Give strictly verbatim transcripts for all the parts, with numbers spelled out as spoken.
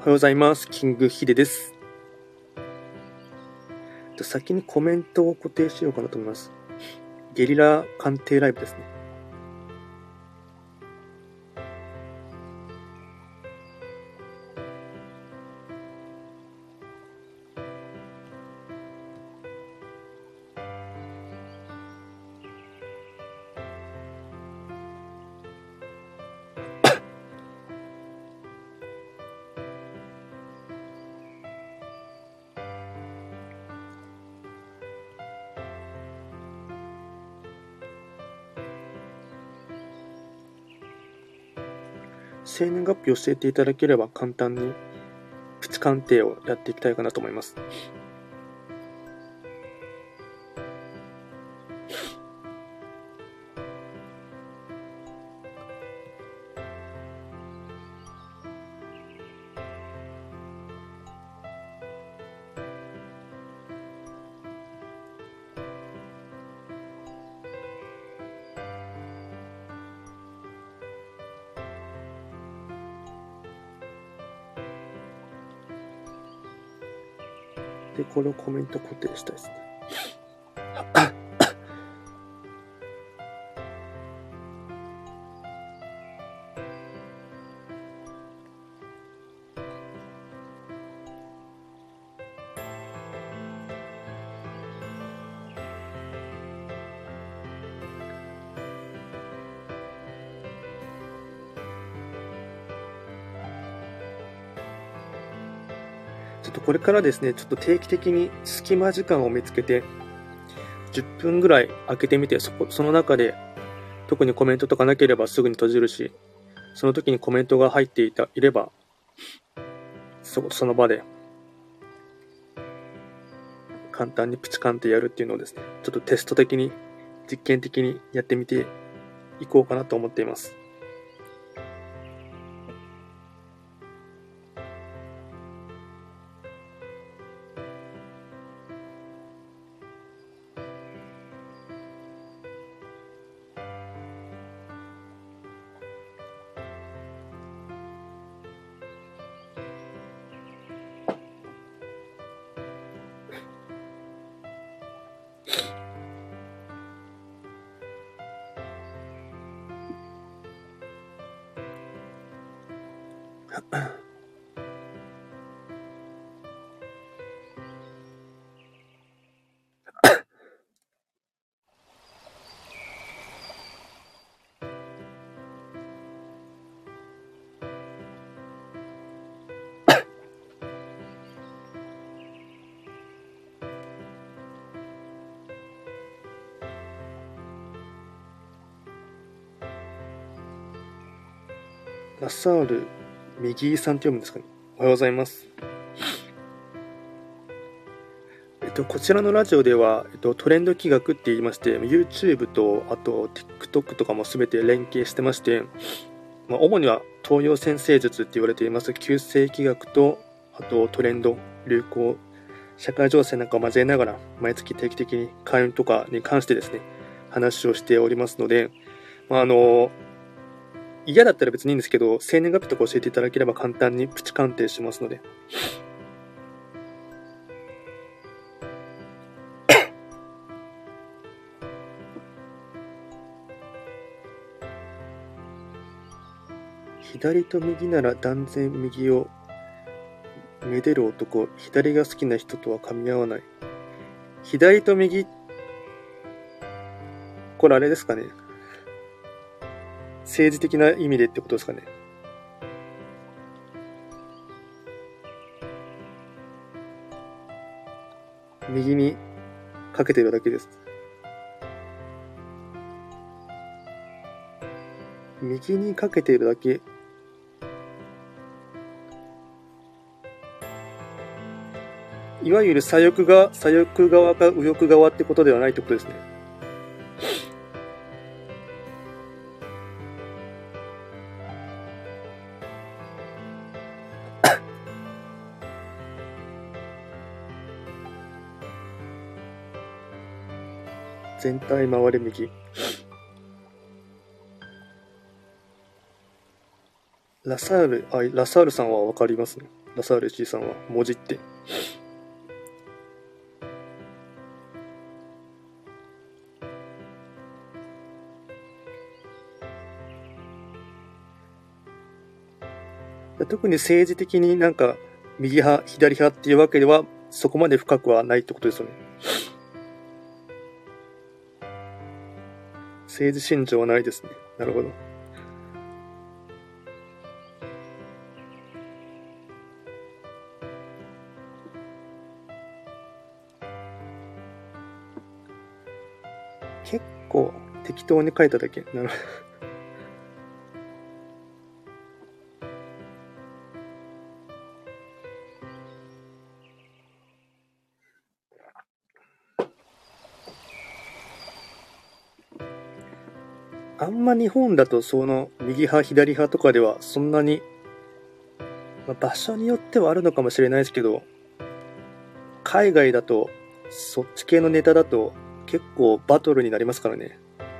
おはようございます。キングヒデです。先にコメントを固定しようかなと思います。ゲリラ鑑定ライブですね。生年月日を教えていただければ簡単にプチ鑑定をやっていきたいかなと思います。で、これをコメント固定したいですね。ちょっとこれからですね、ちょっと定期的に隙間時間を見つけて、じゅっぷんぐらい開けてみて、そこ、その中で特にコメントとかなければすぐに閉じるし、その時にコメントが入っていた、いれば、そ、その場で簡単にプチ鑑定やるっていうのをですね、ちょっとテスト的に、実験的にやってみていこうかなと思っています。ラサール・ミギーさんって読むんですかね。おはようございます。えっと、こちらのラジオでは、えっと、トレンド企画って言いまして、YouTube と、あと TikTok とかもすべて連携してまして、まあ、主には東洋占星術って言われています旧世紀学と、あとトレンド、流行、社会情勢なんかを交えながら、毎月定期的に開運とかに関してですね、話をしておりますので、まあ、あの、嫌だったら別にいいんですけど、生年月日とか教えていただければ簡単にプチ鑑定しますので。左と右なら断然右をめでる男、左が好きな人とは噛み合わない。左と右、これあれですかね。政治的な意味でってことですかね。右にかけてるだけです。右にかけているだけ。いわゆる左翼が、左翼側か右翼側ってことではないってことですね。全体回れ右。ラサール、あ、ラサールさんはわかりますね。 ラサール石井さんはもじって。特に政治的になんか右派左派っていうわけではそこまで深くはないってことですよね。政治信条はないですね。なるほど。結構適当に書いただけ。なるほど。あんま日本だとその右派左派とかではそんなに、まあ、場所によってはあるのかもしれないですけど、海外だとそっち系のネタだと結構バトルになりますからね。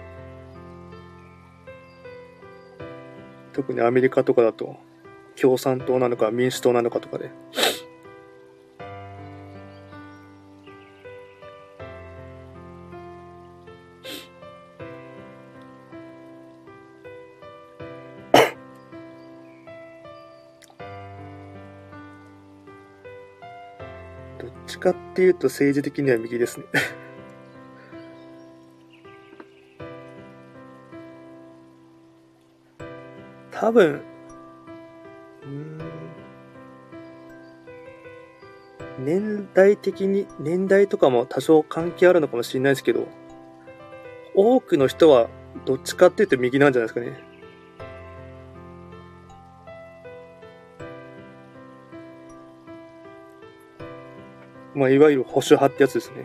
特にアメリカとかだと共産党なのか民主党なのかとかで。どっちかっていうと政治的には右ですね。多分、うーん、年代的に、年代とかも多少関係あるのかもしれないですけど、多くの人はどっちかっていうと右なんじゃないですかね。まあ、いわゆる保守派ってやつですね。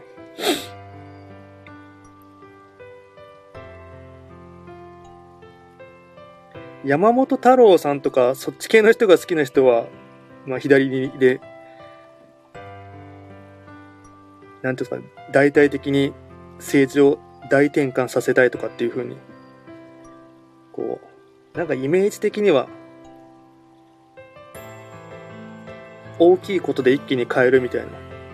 山本太郎さんとか、そっち系の人が好きな人は、まあ、左で、なんていうんですかね、大々的に政治を大転換させたいとかっていう風に、こう、なんかイメージ的には、大きいことで一気に変えるみたいな。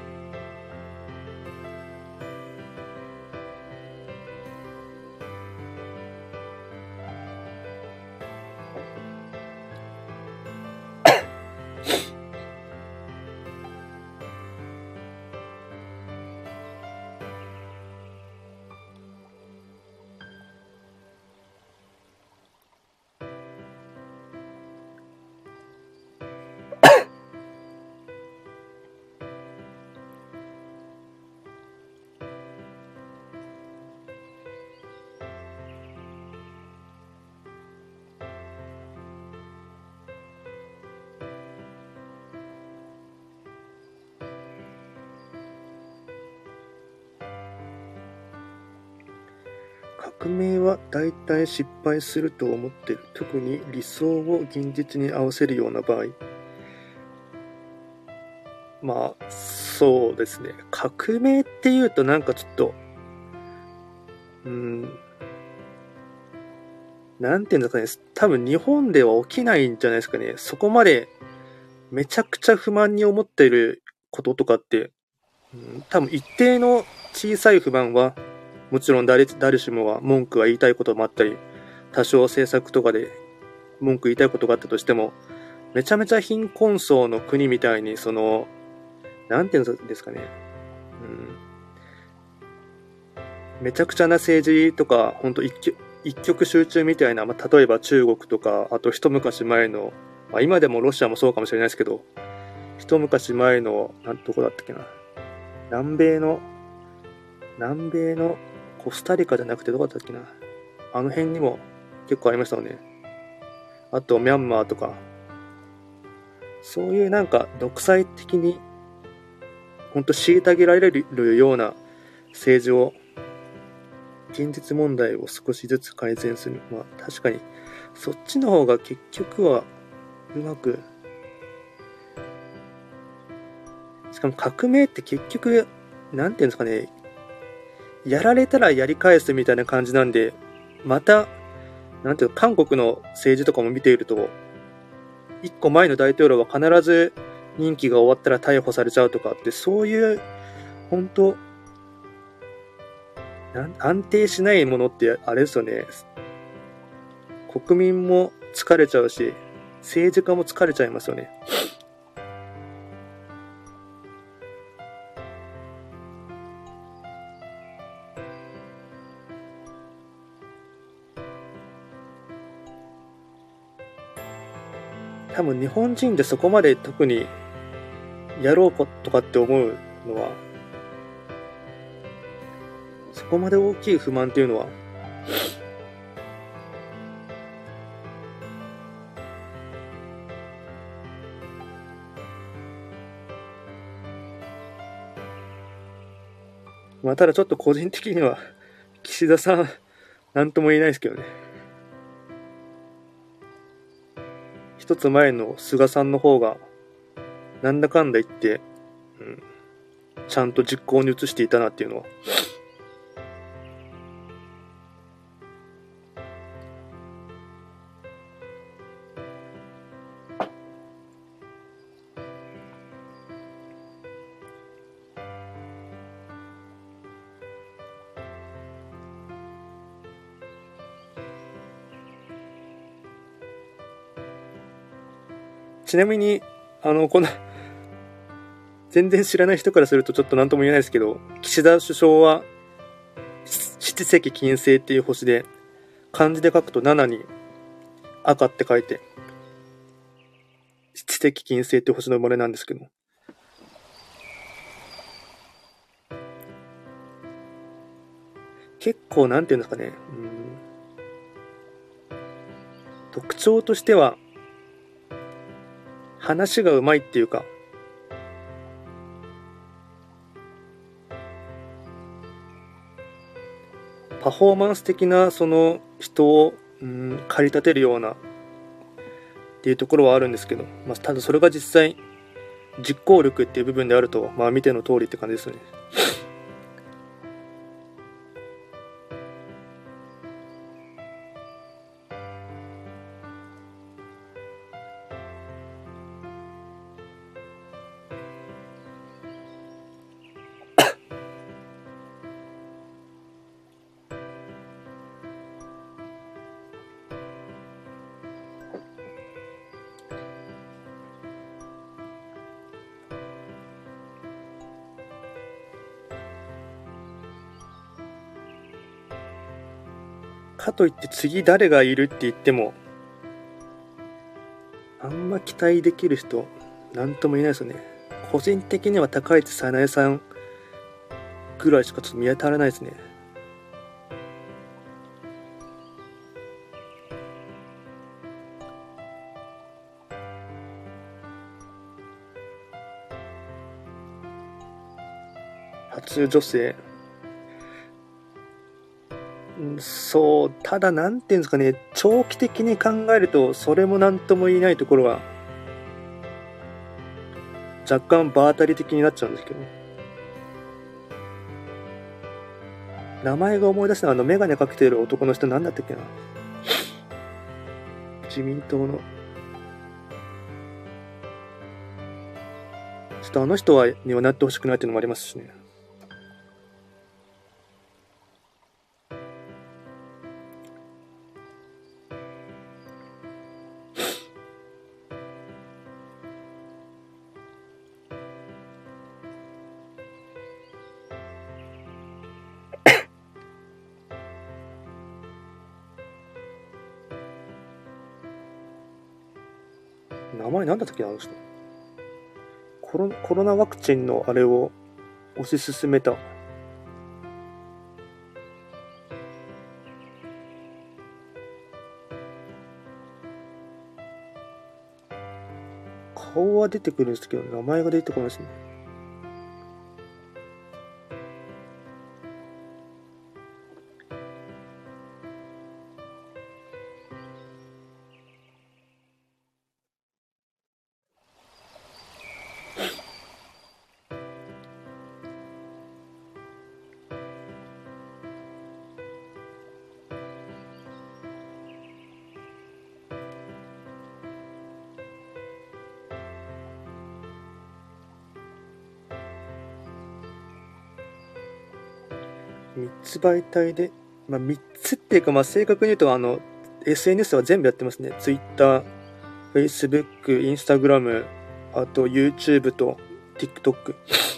革命は大体失敗すると思ってる。特に理想を現実に合わせるような場合。まあ、そうですね。革命っていうとなんかちょっと、うーん、なんていうんですかね。多分日本では起きないんじゃないですかね。そこまでめちゃくちゃ不満に思っていることとかって、うん、多分一定の小さい不満は、もちろん誰誰しもは文句は言いたいこともあったり、多少政策とかで文句言いたいことがあったとしても、めちゃめちゃ貧困層の国みたいに、その、なんていうんですかね、うん、めちゃくちゃな政治とか、本当一極一極集中みたいな、まあ、例えば中国とか、あと一昔前の、まあ、今でもロシアもそうかもしれないですけど、一昔前の、なんとこだったっけな、南米の、南米のコスタリカじゃなくてどこだったっけな、あの辺にも結構ありましたよね。あとミャンマーとか、そういうなんか独裁的に本当虐げられるような政治を、現実問題を少しずつ改善する。まあ確かにそっちの方が結局はうまく、しかも革命って結局なんていうんですかね、やられたらやり返すみたいな感じなんで、またなんていうか、韓国の政治とかも見ていると、一個前の大統領は必ず任期が終わったら逮捕されちゃうとかって、そういう本当安定しないものってあれですよね。国民も疲れちゃうし、政治家も疲れちゃいますよね。多分日本人でそこまで特にやろうとかって思うのは、そこまで大きい不満っていうのはまあただちょっと個人的には岸田さんなんとも言えないですけどね。一つ前の菅さんの方がなんだかんだ言って、うん、ちゃんと実行に移していたなっていうのはちなみにあのこの全然知らない人からするとちょっと何とも言えないですけど、岸田首相は七石金星っていう星で、漢字で書くとななに赤って書いて七石金星っていう星の生まれなんですけど、結構なんていうんですかね、うん、特徴としては話がうまいっていうか、パフォーマンス的なその人を、うん、駆り立てるようなっていうところはあるんですけど、まあ、ただそれが実際実行力っていう部分であると、まあ見ての通りって感じですね。かといって次誰がいるって言っても、あんま期待できる人なんとも言えないですよね。個人的には高市早苗さんぐらいしかちょっと見当たらないですね。初女性、そう、ただなんていうんですかね、長期的に考えるとそれも何とも言えないところは若干場当たり的になっちゃうんですけど、名前が思い出すのはあの眼鏡かけてる男の人なんだったっけな、自民党のちょっとあの人はにはなってほしくないっていうのもありますしね。名前なんだったっけな、あの人。コロコロナワクチンのあれを推し進めた。顔は出てくるんですけど、名前が出てこないですね。 みっつ媒体で、まあ、みっつっていうか、まあ、正確に言うと、あの、エスエヌエス は全部やってますね。Twitter、Facebook、Instagram、あと YouTube と TikTok。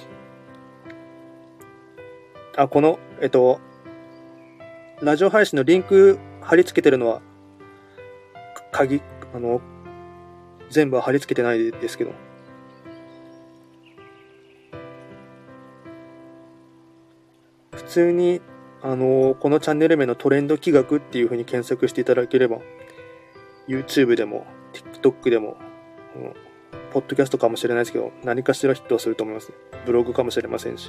あ、この、えっと、ラジオ配信のリンク貼り付けてるのは、鍵、あの、全部は貼り付けてないですけど。普通に、あの、このチャンネル名のトレンド企画っていう風に検索していただければ、YouTube でも、TikTok でも、うん、ポッドキャストかもしれないですけど、何かしらヒットはすると思います。ブログかもしれませんし。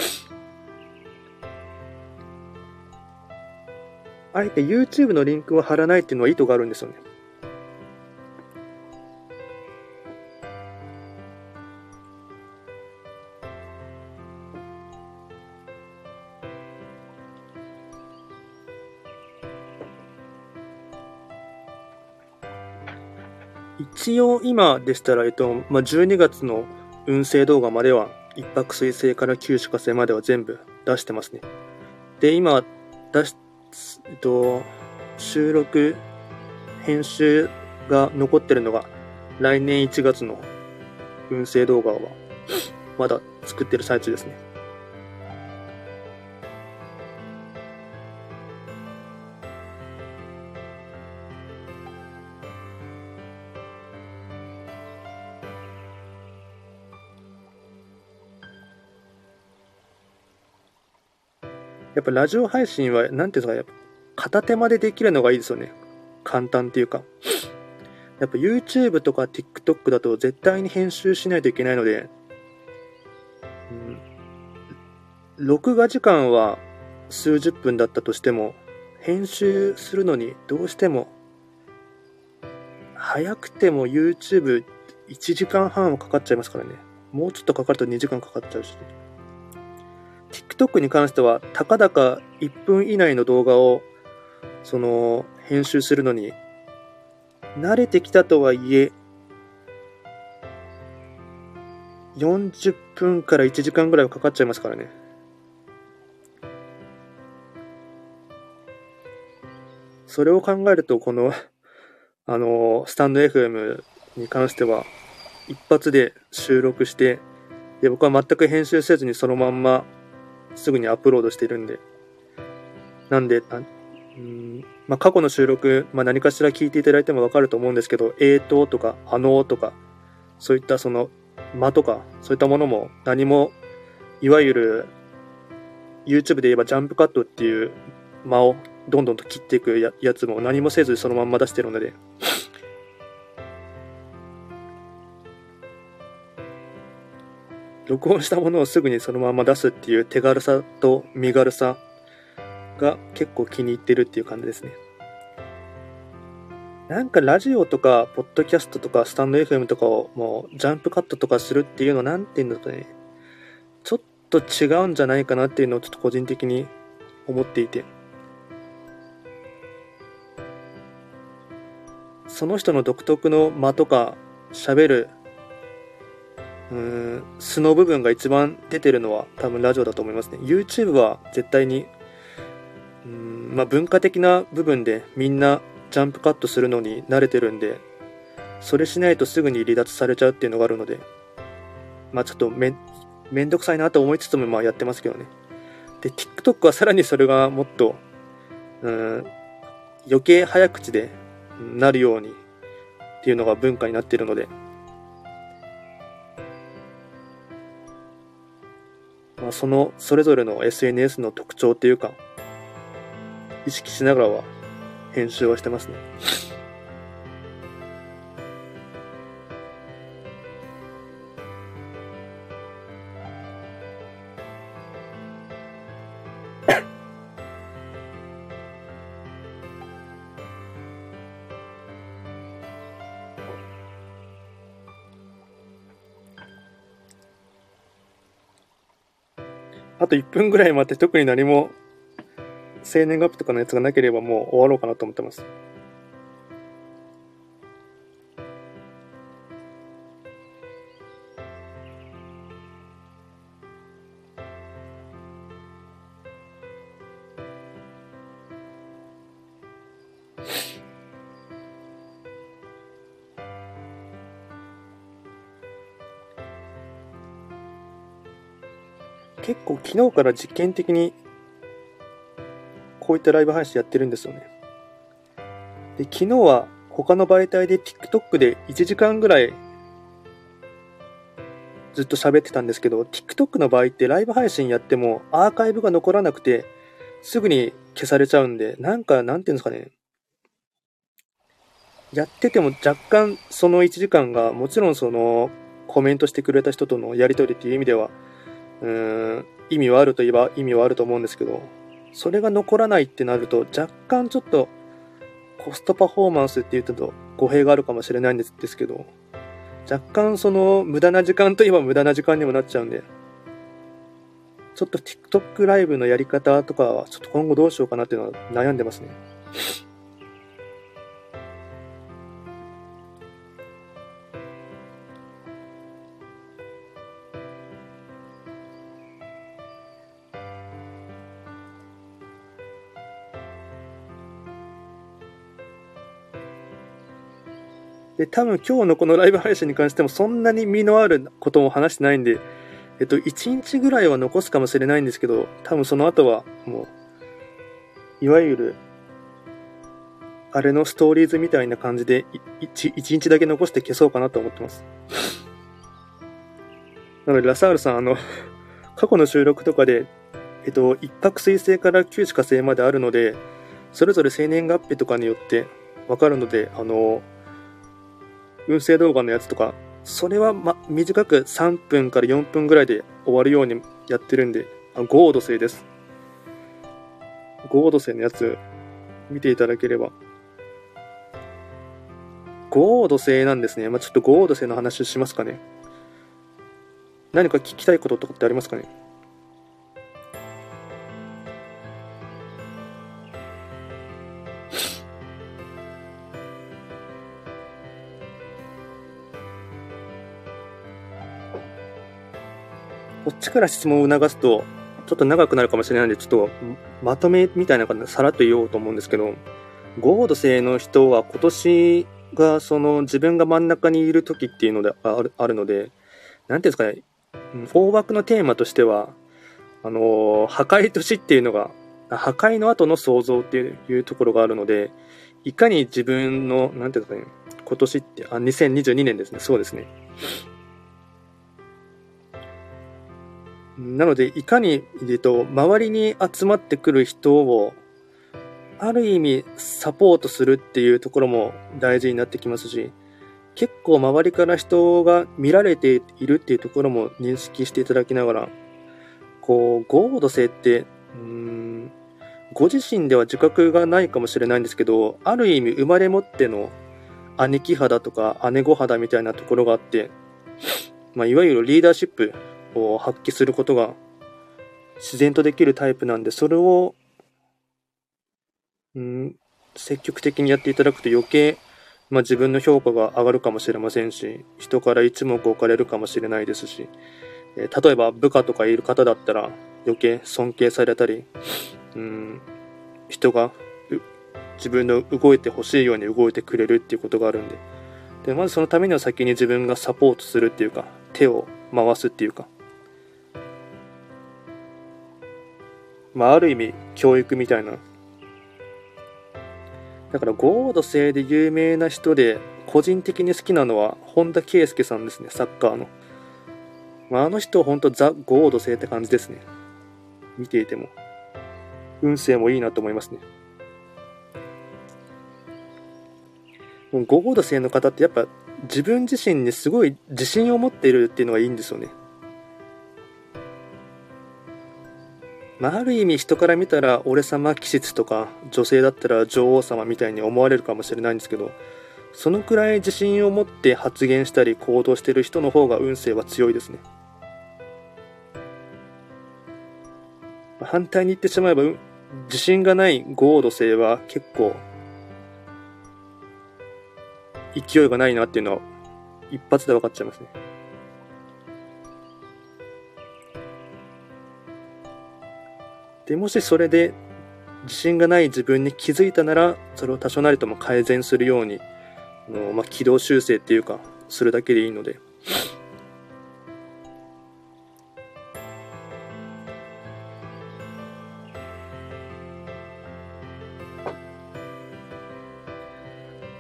あえて YouTube のリンクを貼らないっていうのは意図があるんですよね。一応今でしたら、えっと、まあ、じゅうにがつの運勢動画までは、一泊水星から九州火星までは全部出してますね。で、今、出し、えっと、収録、編集が残ってるのが、来年いちがつの運勢動画は、まだ作ってる最中ですね。やっぱラジオ配信は、なんていうんですかね、片手間でできるのがいいですよね。簡単っていうか。やっぱ YouTube とか TikTok だと絶対に編集しないといけないので、うん、録画時間は数十分だったとしても、編集するのにどうしても、早くても YouTubeいちじかんはんはかかっちゃいますからね。もうちょっとかかるとにじかんかかっちゃうし。TikTok に関しては、たかだかいっぷん以内の動画を、その、編集するのに、慣れてきたとはいえ、よんじゅっぷんからいちじかんぐらいはかかっちゃいますからね。それを考えると、この、あの、スタンド エフエム に関しては、一発で収録して、で、僕は全く編集せずにそのまんますぐにアップロードしてるんで。なんで、あうんまあ、過去の収録、まあ、何かしら聞いていただいてもわかると思うんですけど、えーととか、あのーとか、そういったその間とか、そういったものも何も、いわゆる YouTube で言えばジャンプカットっていう間をどんどんと切っていくややつも何もせずそのまんま出してるので、録音したものをすぐにそのまま出すっていう手軽さと身軽さが結構気に入ってるっていう感じですね。なんかラジオとか、ポッドキャストとか、スタンド エフエム とかをもうジャンプカットとかするっていうのなんていうんだとね、ちょっと違うんじゃないかなっていうのをちょっと個人的に思っていて。その人の独特の間とか、喋る、うーん、素の部分が一番出てるのは多分ラジオだと思いますね。YouTube は絶対に、うーん、まあ文化的な部分でみんなジャンプカットするのに慣れてるんで、それしないとすぐに離脱されちゃうっていうのがあるので、まあちょっとめめんどくさいなと思いつつもまあやってますけどね。で、TikTok はさらにそれがもっと、うーん、余計早口でなるようにっていうのが文化になっているので、まあ、そのそれぞれの エスエヌエス の特徴っていうか、意識しながらは編集はしてますね。あといっぷんぐらい待って特に何も生年月日とかのやつがなければもう終わろうかなと思ってます。 結構昨日から実験的にこういったライブ配信やってるんですよね。で、昨日は他の媒体で TikTok でいちじかんぐらいずっと喋ってたんですけど、TikTok の場合ってライブ配信やってもアーカイブが残らなくてすぐに消されちゃうんで、なんかなんていうんですかね、やってても若干そのいちじかんが、もちろんそのコメントしてくれた人とのやり取りっていう意味ではうーん意味はあるといえば意味はあると思うんですけど、それが残らないってなると若干ちょっとコストパフォーマンスって言うと語弊があるかもしれないんですですけど、若干その無駄な時間といえば無駄な時間にもなっちゃうんで、ちょっと TikTok ライブのやり方とかはちょっと今後どうしようかなっていうのは悩んでますね。で、多分今日のこのライブ配信に関してもそんなに身のあることも話してないんで、えっと、いちにちぐらいは残すかもしれないんですけど、多分その後はもう、いわゆる、あれのストーリーズみたいな感じで、いち、一日だけ残して消そうかなと思ってます。なので、ラサールさん、あの、過去の収録とかで、えっと、一攫水星から九死火星まであるので、それぞれ生年月日とかによってわかるので、あの、運勢動画のやつとか、それは、ま、短くさんぷんからよんぷんぐらいで終わるようにやってるんで、あ、ゴード星です。ゴード星のやつ見ていただければ。ゴード星なんですね。まあ、ちょっとゴード星の話しますかね。何か聞きたいこととかってありますかね。こっちから質問を促すと、ちょっと長くなるかもしれないんで、ちょっとまとめみたいな感じでさらっと言おうと思うんですけど、ゴード星の人は今年がその自分が真ん中にいる時っていうのであるあるので、なんていうんですかね、大枠のテーマとしては、あのー、破壊年っていうのが、破壊の後の創造っていうところがあるので、いかに自分の、なんていうんですかね、今年って、あ、にせんにじゅうにねんですね、そうですね。なので、いかに、えっと、周りに集まってくる人を、ある意味サポートするっていうところも大事になってきますし、結構周りから人が見られているっていうところも認識していただきながら、こう、ゴード星って、うーん、ご自身では自覚がないかもしれないんですけど、ある意味生まれ持っての兄貴肌とか姉御肌みたいなところがあって、まあ、いわゆるリーダーシップを発揮することが自然とできるタイプなんで、それを、うん、積極的にやっていただくと余計、まあ、自分の評価が上がるかもしれませんし、人から一目置かれるかもしれないですし、えー例えば部下とかいる方だったら余計尊敬されたり、うん、人がう自分の動いてほしいように動いてくれるっていうことがあるんで、でまずそのためには先に自分がサポートするっていうか、手を回すっていうか、まあ、ある意味教育みたいな。だからゴード星で有名な人で個人的に好きなのは本田圭佑さんですね、サッカーの。まあ、あの人は本当ザ・ゴード星って感じですね。見ていても運勢もいいなと思いますね。もうゴード星の方ってやっぱ自分自身にすごい自信を持っているっていうのがいいんですよね。まあ、ある意味人から見たら俺様気質とか女性だったら女王様みたいに思われるかもしれないんですけど、そのくらい自信を持って発言したり行動している人の方が運勢は強いですね。反対に言ってしまえば自信がないゴード星は結構勢いがないなっていうのは一発で分かっちゃいますね。でもしそれで自信がない自分に気づいたなら、それを多少なりとも改善するように、あのまあ、軌道修正っていうかするだけでいいので、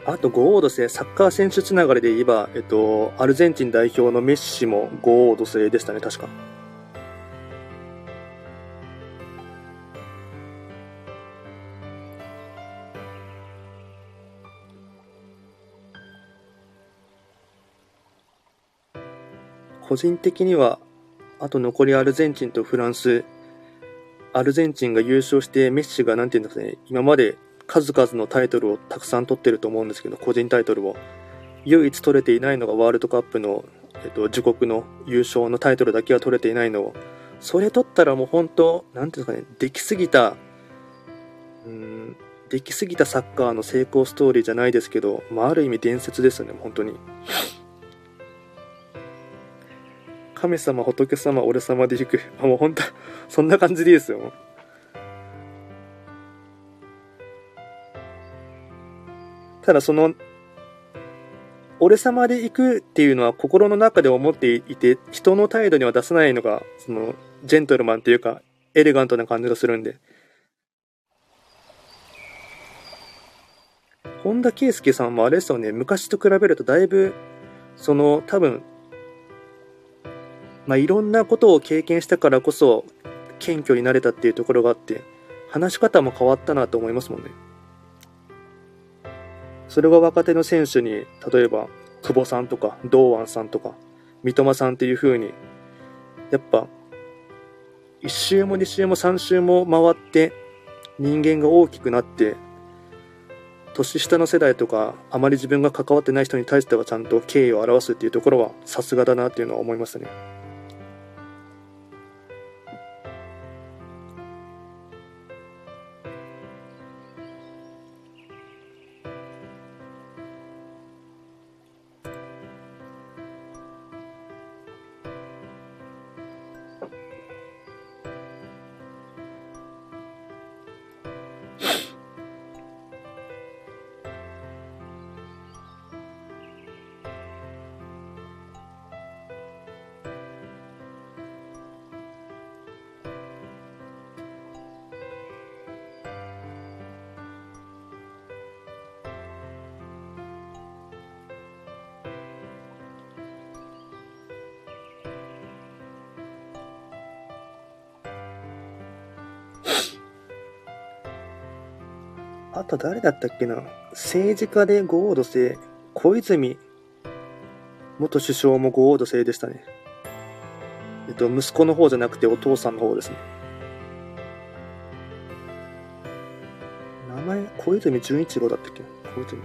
あとご王土星、サッカー選手つながりで言えば、えっと、アルゼンチン代表のメッシもご王土星でしたね、確か。個人的には、あと残りアルゼンチンとフランス、アルゼンチンが優勝してメッシがなんていうんですかね、今まで数々のタイトルをたくさん取ってると思うんですけど、個人タイトルを。唯一取れていないのがワールドカップの、えっと、自国の優勝のタイトルだけは取れていないのを、それ取ったらもう本当、なんていうんですかね、できすぎた、うーん、できすぎたサッカーの成功ストーリーじゃないですけど、まあ、ある意味伝説ですよね、本当に。神様、仏様、俺様で行く。もう本当、そんな感じでいいですよ。ただその、俺様で行くっていうのは心の中で思っていて、人の態度には出さないのが、その、ジェントルマンっていうか、エレガントな感じがするんで。本田圭佑さんもあれですよね、昔と比べるとだいぶ、その、多分、まあ、いろんなことを経験したからこそ、謙虚になれたっていうところがあって、話し方も変わったなと思いますもんね。それが若手の選手に、例えば、久保さんとか、堂安さんとか、三笘さんっていう風に、やっぱ、一周も二周も三周も回って、人間が大きくなって、年下の世代とか、あまり自分が関わってない人に対してはちゃんと敬意を表すっていうところは、さすがだなっていうのは思いますね。あと誰だったっけな、政治家でご王土星、小泉元首相もご王土星でしたね。えっと、息子の方じゃなくてお父さんの方ですね。名前、小泉純一郎だったっけな、小泉。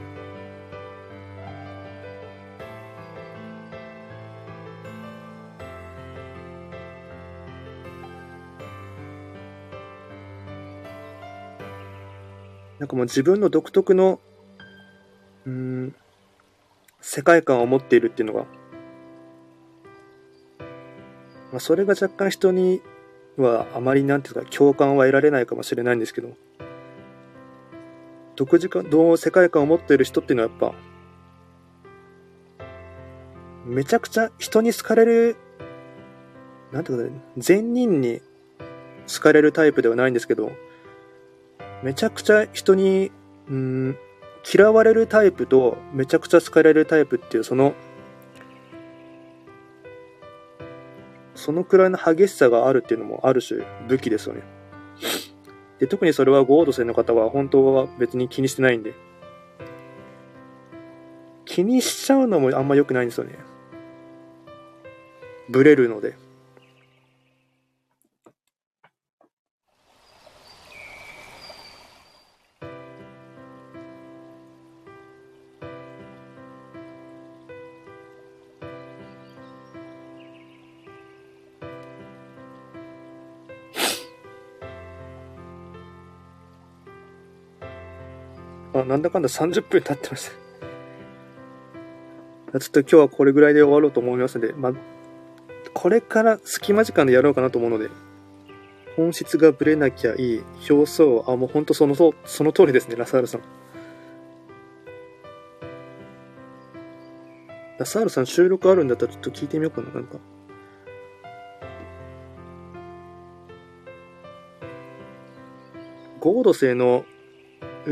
なんかもう自分の独特の、うーん、世界観を持っているっていうのが、まあ、それが若干人にはあまりなんていうか共感は得られないかもしれないんですけど、独自の世界観を持っている人っていうのはやっぱ、めちゃくちゃ人に好かれる、なんていうかね、善人に好かれるタイプではないんですけど、めちゃくちゃ人に、うーん、嫌われるタイプとめちゃくちゃ好かれるタイプっていう、その、そのくらいの激しさがあるっていうのもある種武器ですよね。で、特にそれはご王土星の方は本当は別に気にしてないんで。気にしちゃうのもあんま良くないんですよね。ブレるので。あ、なんだかんださんじゅっぷん経ってます。ちょっと今日はこれぐらいで終わろうと思いますので、まあ、これから隙間時間でやろうかなと思うので、本質がブレなきゃいい。表層、あ、もう本当そのそその通りですね、ラサールさん。ラサールさん収録あるんだったらちょっと聞いてみようかな、なんか。合土星の